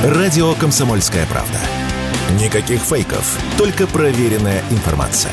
Радио «Комсомольская правда». Никаких фейков, только проверенная информация.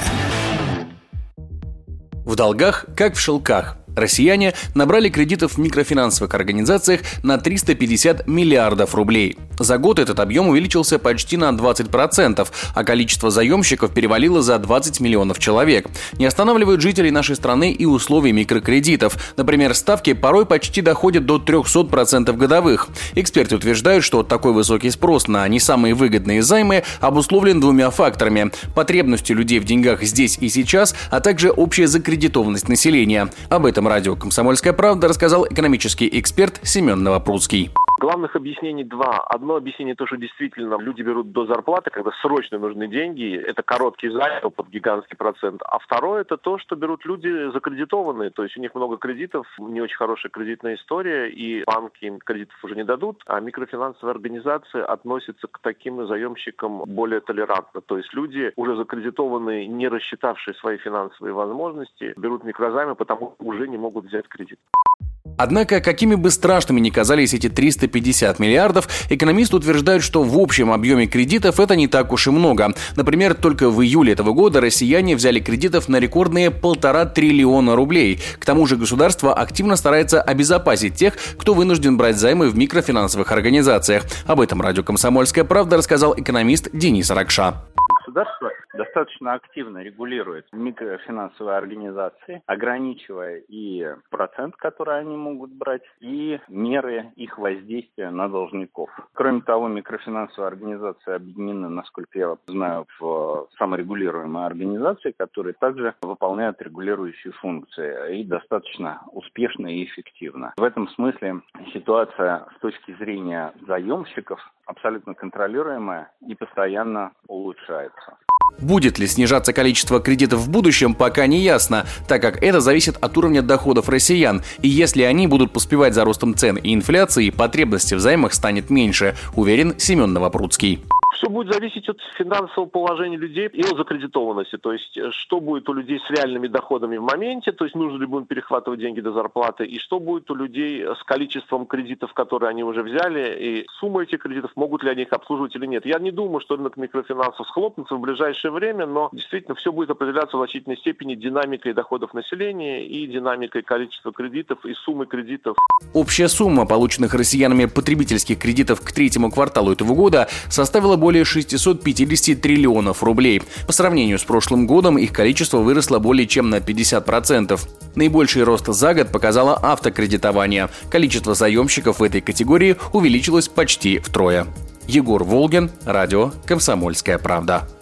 В долгах, как в шелках. Россияне набрали кредитов в микрофинансовых организациях на 350 миллиардов рублей. За год этот объем увеличился почти на 20%, а количество заемщиков перевалило за 20 миллионов человек. Не останавливают жителей нашей страны и условия микрокредитов. Например, ставки порой почти доходят до 300% годовых. Эксперты утверждают, что такой высокий спрос на не самые выгодные займы обусловлен двумя факторами – потребностью людей в деньгах здесь и сейчас, а также общая закредитованность населения. Об этом радио «Комсомольская правда» рассказал экономический эксперт Семен Новопрудский. Главных объяснений два. Одно объяснение то, что действительно люди берут до зарплаты, когда срочно нужны деньги. Это короткий займ под гигантский процент. А второе это то, что берут люди закредитованные. То есть у них много кредитов, не очень хорошая кредитная история, и банки им кредитов уже не дадут. А микрофинансовые организации относятся к таким заемщикам более толерантно. То есть люди, уже закредитованные, не рассчитавшие свои финансовые возможности, берут микрозаймы, потому что уже не могут взять кредит. Однако, какими бы страшными ни казались эти 350 миллиардов, экономисты утверждают, что в общем объеме кредитов это не так уж и много. Например, только в июле этого года россияне взяли кредитов на рекордные 1,5 триллиона рублей. К тому же государство активно старается обезопасить тех, кто вынужден брать займы в микрофинансовых организациях. Об этом радио «Комсомольская правда» рассказал экономист Денис Ракша. Государство достаточно активно регулирует микрофинансовые организации, ограничивая и процент, который они могут брать, и меры их воздействия на должников. Кроме того, микрофинансовые организации объединены, насколько я знаю, в саморегулируемые организации, которые также выполняют регулирующие функции и достаточно успешно и эффективно. В этом смысле ситуация с точки зрения заемщиков абсолютно контролируемая и постоянно улучшается. Будет ли снижаться количество кредитов в будущем, пока не ясно, так как это зависит от уровня доходов россиян. И если они будут поспевать за ростом цен и инфляции, потребности в займах станет меньше, уверен Семен Новопрудский. Все будет зависеть от финансового положения людей и от закредитованности. То есть, что будет у людей с реальными доходами в моменте, то есть, нужно ли будет перехватывать деньги до зарплаты, и что будет у людей с количеством кредитов, которые они уже взяли, и сумма этих кредитов, могут ли они их обслуживать или нет. Я не думаю, что рынок микрофинансов схлопнется в ближайшее время, но действительно все будет определяться в значительной степени динамикой доходов населения и динамикой количества кредитов и суммы кредитов. Общая сумма полученных россиянами потребительских кредитов к третьему кварталу этого года составила более 650 триллионов рублей. По сравнению с прошлым годом их количество выросло более чем на 50%. Наибольший рост за год показало автокредитование. Количество заемщиков в этой категории увеличилось почти втрое. Егор Волгин, радио «Комсомольская правда».